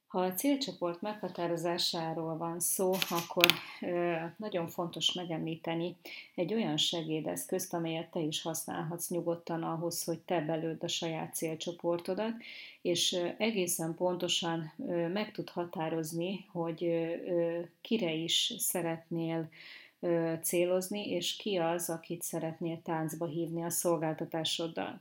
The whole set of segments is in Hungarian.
Ha a célcsoport meghatározásáról van szó, akkor nagyon fontos megemlíteni egy olyan segédeszközt, amelyet te is használhatsz nyugodtan ahhoz, hogy te belőd a saját célcsoportodat, és egészen pontosan meg tud határozni, hogy kire is szeretnél célozni, és ki az, akit szeretnél táncba hívni a szolgáltatásoddal.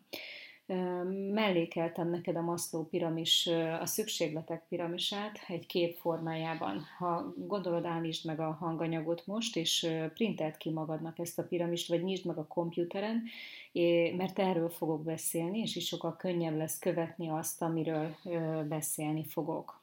Mellékeltem neked a Maslow piramis, a szükségletek piramisát egy kép formájában. Ha gondolod, állítsd meg a hanganyagot most, és printeld ki magadnak ezt a piramist, vagy nyisd meg a komputeren, mert erről fogok beszélni, és is sokkal könnyebb lesz követni azt, amiről beszélni fogok.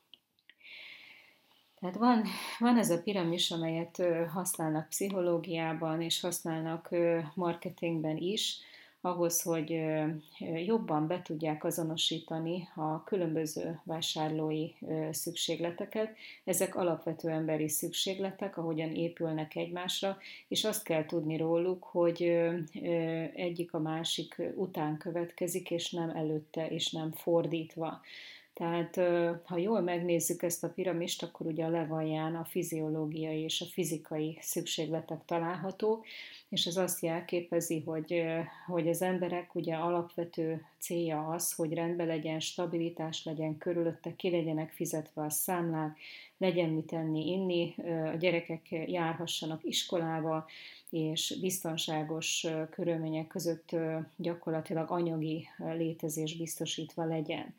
Tehát van ez a piramis, amelyet használnak pszichológiában, és használnak marketingben is, ahhoz, hogy jobban be tudják azonosítani a különböző vásárlói szükségleteket. Ezek alapvető emberi szükségletek, ahogyan épülnek egymásra, és azt kell tudni róluk, hogy egyik a másik után következik, és nem előtte, és nem fordítva. Tehát, ha jól megnézzük ezt a piramist, akkor ugye a legalján a fiziológiai és a fizikai szükségletek találhatók, és ez azt jelképezi, hogy az emberek ugye alapvető célja az, hogy rendben legyen, stabilitás legyen körülötte, ki legyenek fizetve a számlák, legyen mit enni, inni, a gyerekek járhassanak iskolába, és biztonságos körülmények között gyakorlatilag anyagi létezés biztosítva legyen.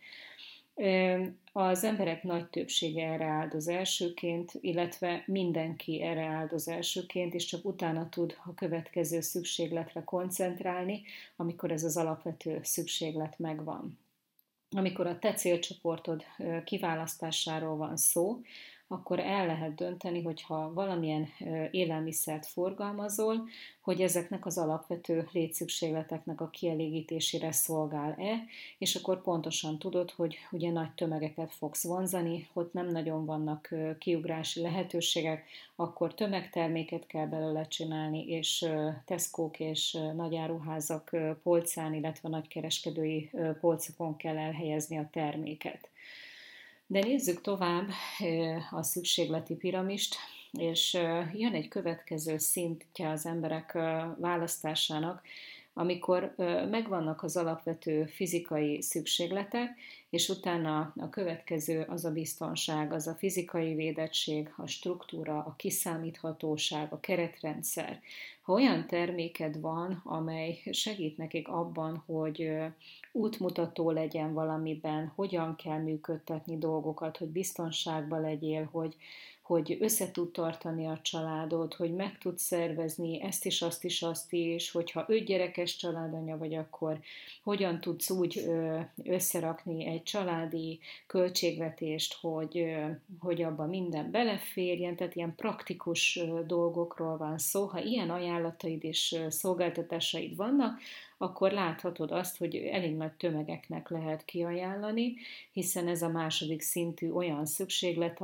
Az emberek nagy többsége erre áldoz elsőként, illetve mindenki erre áldoz elsőként, és csak utána tud a következő szükségletre koncentrálni, amikor ez az alapvető szükséglet megvan. Amikor a te célcsoportod kiválasztásáról van szó, akkor el lehet dönteni, hogyha valamilyen élelmiszert forgalmazol, hogy ezeknek az alapvető létszükségleteknek a kielégítésére szolgál-e, és akkor pontosan tudod, hogy ugye nagy tömegeket fogsz vonzani, ott nem nagyon vannak kiugrási lehetőségek, akkor tömegterméket kell belőle csinálni, és Tesco-k és nagyáruházak polcán, illetve nagykereskedői polcokon kell elhelyezni a terméket. De nézzük tovább a szükségleti piramist, és jön egy következő szintje az emberek választásának, amikor megvannak az alapvető fizikai szükségletek, és utána a következő az a biztonság, az a fizikai védettség, a struktúra, a kiszámíthatóság, a keretrendszer. Ha olyan terméked van, amely segít nekik abban, hogy útmutató legyen valamiben, hogyan kell működtetni dolgokat, hogy biztonságban legyél, hogy össze tud tartani a családod, hogy meg tud szervezni ezt is, azt is, azt is, hogyha 5 gyerekes családanya vagy, akkor hogyan tudsz úgy összerakni egy családi költségvetést, hogy abban minden beleférjen, tehát ilyen praktikus dolgokról van szó. Ha ilyen ajánlataid és szolgáltatásaid vannak, akkor láthatod azt, hogy elég nagy tömegeknek lehet kiajánlani, hiszen ez a második szintű olyan szükséglet,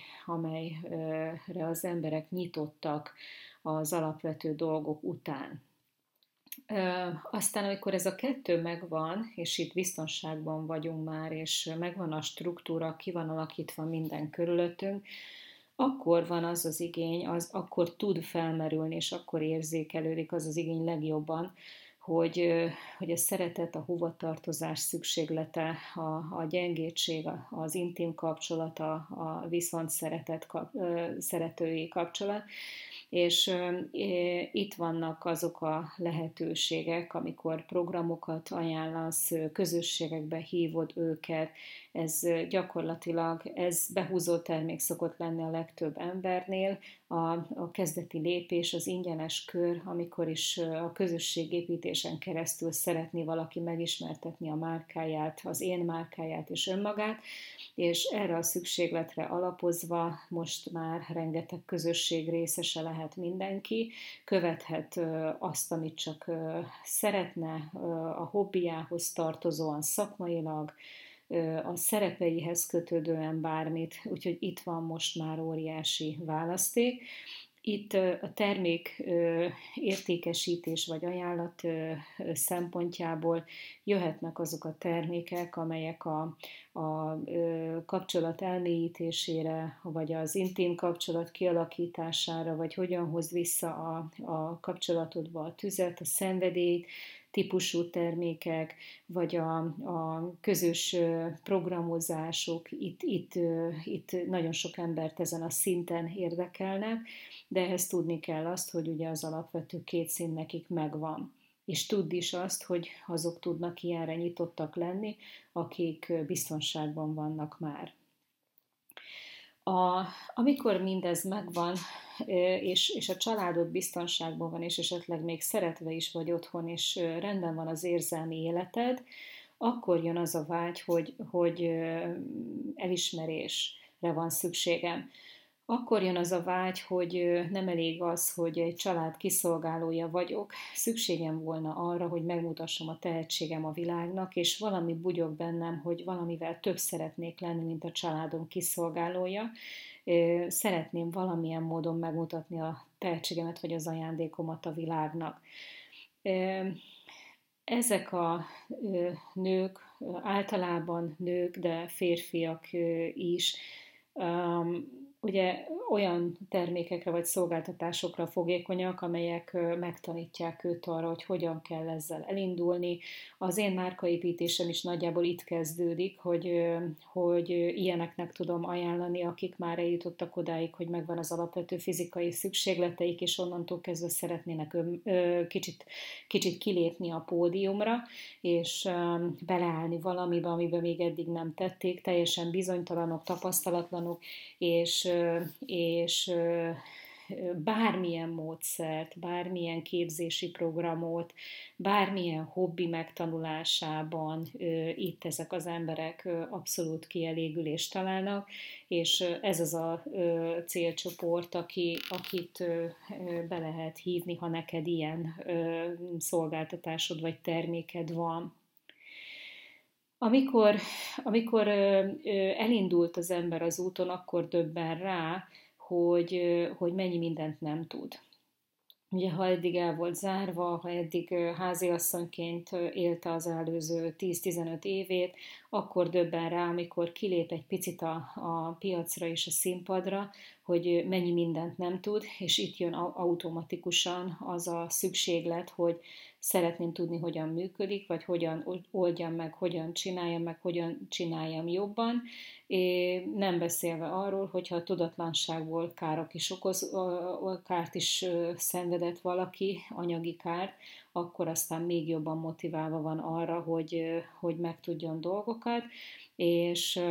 amelyre az emberek nyitottak az alapvető dolgok után. Aztán, amikor ez a kettő megvan, és itt biztonságban vagyunk már, és megvan a struktúra, ki van alakítva minden körülöttünk, akkor van az az igény, akkor tud felmerülni, és akkor érzékelődik az az igény legjobban, hogy a szeretet, a hovatartozás szükséglete, a gyengétség, az intim kapcsolat, a viszont szeretői kapcsolat, és itt vannak azok a lehetőségek, amikor programokat ajánlasz, közösségekbe hívod őket, ez behúzó termék szokott lenni a legtöbb embernél, a kezdeti lépés, az ingyenes kör, amikor is a közösségépítésen keresztül szeretné valaki megismertetni a márkáját, az én márkáját és önmagát, és erre a szükségletre alapozva most már rengeteg közösség részese lehet mindenki, követhet azt, amit csak szeretne, a hobbiához tartozóan szakmailag, a szerepeihez kötődően bármit, úgyhogy itt van most már óriási választék, Itt a termék értékesítés vagy ajánlat szempontjából jöhetnek azok a termékek, amelyek a kapcsolat elmélyítésére, vagy az intim kapcsolat kialakítására, vagy hogyan hoz vissza a kapcsolatodba a tüzet, a szenvedélyt, típusú termékek, vagy a közös programozások, itt nagyon sok embert ezen a szinten érdekelnek, de ehhez tudni kell azt, hogy ugye az alapvető két szint nekik megvan. És tudd is azt, hogy azok tudnak ilyenre nyitottak lenni, akik biztonságban vannak már. Amikor mindez megvan, és a családod biztonságban van, és esetleg még szeretve is vagy otthon, és rendben van az érzelmi életed, akkor jön az a vágy, hogy elismerésre van szükségem. Akkor jön az a vágy, hogy nem elég az, hogy egy család kiszolgálója vagyok, szükségem volna arra, hogy megmutassam a tehetségem a világnak, és valami bugyog bennem, hogy valamivel több szeretnék lenni, mint a családom kiszolgálója. Szeretném valamilyen módon megmutatni a tehetségemet, vagy az ajándékomat a világnak. Ezek a nők, általában nők, de férfiak is, ugye olyan termékekre vagy szolgáltatásokra fogékonyak, amelyek megtanítják őt arra, hogy hogyan kell ezzel elindulni. Az én márkaépítésem is nagyjából itt kezdődik, hogy ilyeneknek tudom ajánlani, akik már eljutottak odáig, hogy megvan az alapvető fizikai szükségleteik, és onnantól kezdve szeretnének kicsit kilépni a pódiumra, és beleállni valamibe, amiben még eddig nem tették, teljesen bizonytalanok, tapasztalatlanok, és bármilyen módszert, bármilyen képzési programot, bármilyen hobbi megtanulásában itt ezek az emberek abszolút kielégülést találnak, és ez az a célcsoport, akit be lehet hívni, ha neked ilyen szolgáltatásod vagy terméked van. Amikor elindult az ember az úton, akkor döbben rá, hogy mennyi mindent nem tud. Ugye, ha eddig el volt zárva, ha eddig háziasszonyként élte az előző 10-15 évét, akkor döbben rá, amikor kilép egy picit a piacra és a színpadra, hogy mennyi mindent nem tud, és itt jön automatikusan az a szükséglet, hogy szeretném tudni, hogyan működik, vagy hogyan oldjam meg, hogyan csináljam jobban, nem beszélve arról, hogyha a tudatlanságból kárt is szenvedett valaki, anyagi kárt, akkor aztán még jobban motiválva van arra, hogy megtudjon dolgokat, és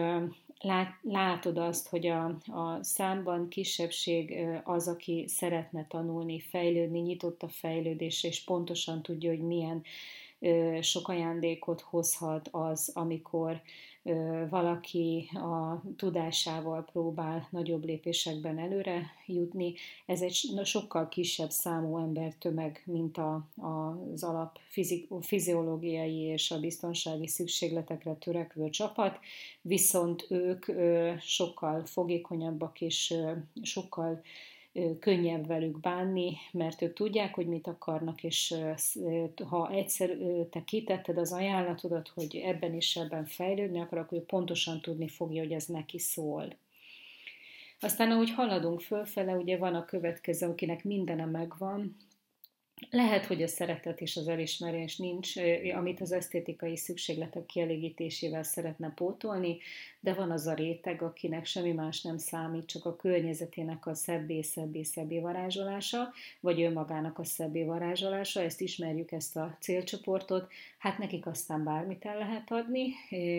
látod azt, hogy a számban kisebbség az, aki szeretne tanulni, fejlődni, nyitott a fejlődésre, és pontosan tudja, hogy milyen sok ajándékot hozhat az, amikor valaki a tudásával próbál nagyobb lépésekben előre jutni. Ez egy sokkal kisebb számú embertömeg, mint az alap fiziológiai és a biztonsági szükségletekre törekvő csapat, viszont ők sokkal fogékonyabbak és sokkal könnyebb velük bánni, mert ők tudják, hogy mit akarnak, és ha egyszer te kitetted az ajánlatodat, hogy ebben és ebben fejlődni akar, akkor ő pontosan tudni fogja, hogy ez neki szól. Aztán, ahogy haladunk fölfele, ugye van a következő, akinek mindene megvan. Lehet, hogy a szeretet és az elismerés nincs, amit az esztétikai szükségletek kielégítésével szeretne pótolni, de van az a réteg, akinek semmi más nem számít, csak a környezetének a szebbé varázsolása, vagy önmagának a szebbé varázsolása, ezt ismerjük, ezt a célcsoportot, hát nekik aztán bármit el lehet adni.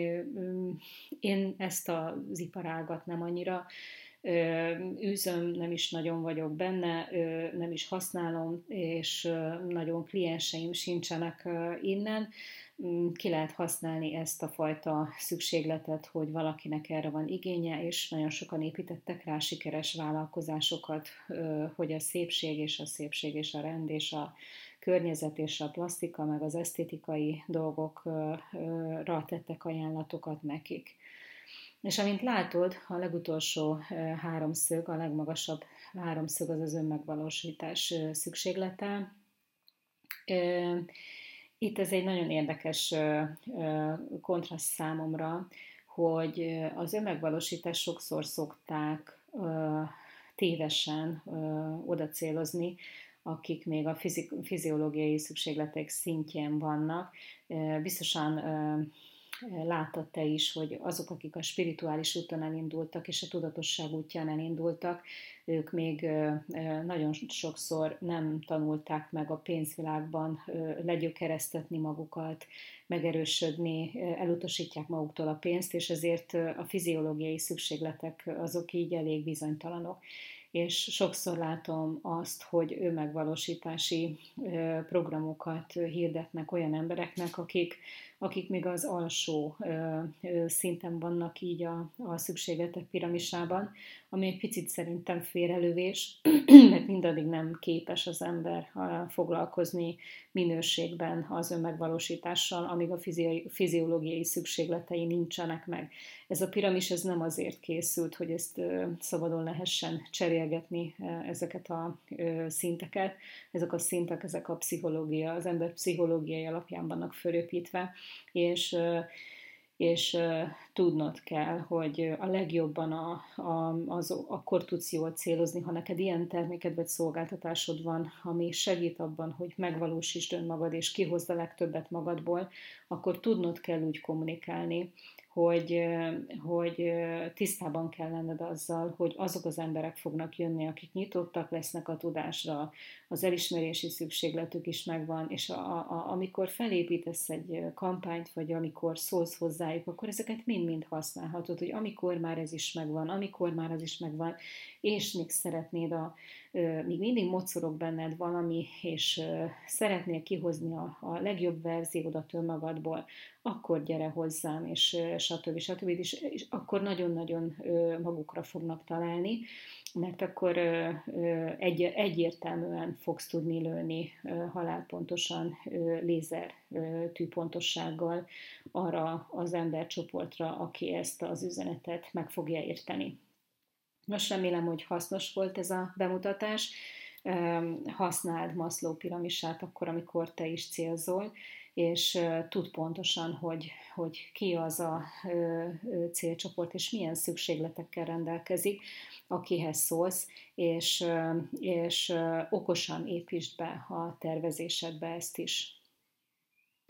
Én ezt az iparágat nem annyira űzöm, nem is nagyon vagyok benne, nem is használom, és nagyon klienseim sincsenek innen. Ki lehet használni ezt a fajta szükségletet, hogy valakinek erre van igénye, és nagyon sokan építettek rá sikeres vállalkozásokat, hogy a szépség és a rend és a környezet és a plasztika, meg az esztétikai dolgokra tettek ajánlatokat nekik. És amint látod, a legutolsó háromszög, a legmagasabb háromszög az az önmegvalósítás szükséglete. Itt ez egy nagyon érdekes kontraszt számomra, hogy az önmegvalósítást sokszor szokták tévesen oda célozni, akik még a fiziológiai szükségletek szintjén vannak. Biztosan láttad te is, hogy azok, akik a spirituális úton elindultak, és a tudatosság útján elindultak, ők még nagyon sokszor nem tanulták meg a pénzvilágban legyökeresztetni magukat, megerősödni, elutasítják maguktól a pénzt, és ezért a fiziológiai szükségletek azok így elég bizonytalanok. És sokszor látom azt, hogy önmegvalósítási programokat hirdetnek olyan embereknek, akik még az alsó szinten vannak így a szükségletek piramisában, ami egy picit szerintem félrelövés, mert mindaddig nem képes az ember foglalkozni minőségben az önmegvalósítással, amíg a fiziológiai szükségletei nincsenek meg. Ez a piramis ez nem azért készült, hogy ezt szabadon lehessen cserélgetni ezeket a szinteket. Ezek a szintek, ezek a pszichológia, az ember pszichológiai alapján vannak fölépítve, és tudnod kell, hogy a legjobban akkor tudsz jól célozni, ha neked ilyen terméked vagy szolgáltatásod van, ami segít abban, hogy megvalósítsd önmagad és kihozd a legtöbbet magadból, akkor tudnod kell úgy kommunikálni, hogy tisztában kell lenned azzal, hogy azok az emberek fognak jönni, akik nyitottak lesznek a tudásra, az elismerési szükségletük is megvan, és amikor felépítesz egy kampányt, vagy amikor szólsz hozzájuk, akkor ezeket mind-mind használhatod, hogy amikor már ez is megvan, amikor már az is megvan, és még szeretnéd még mindig mocorog benned valami, és szeretnél kihozni a legjobb verziódat önmagadból, akkor gyere hozzám, és stb. És akkor nagyon-nagyon magukra fognak találni, mert akkor egyértelműen fogsz tudni lőni halálpontosan, lézer tűpontossággal arra az embercsoportra, aki ezt az üzenetet meg fogja érteni. Most remélem, hogy hasznos volt ez a bemutatás. Használd Maslow piramisát akkor, amikor te is célzol, és tudd pontosan, hogy ki az a célcsoport, és milyen szükségletekkel rendelkezik, akihez szólsz, és okosan építsd be a tervezésedbe ezt is.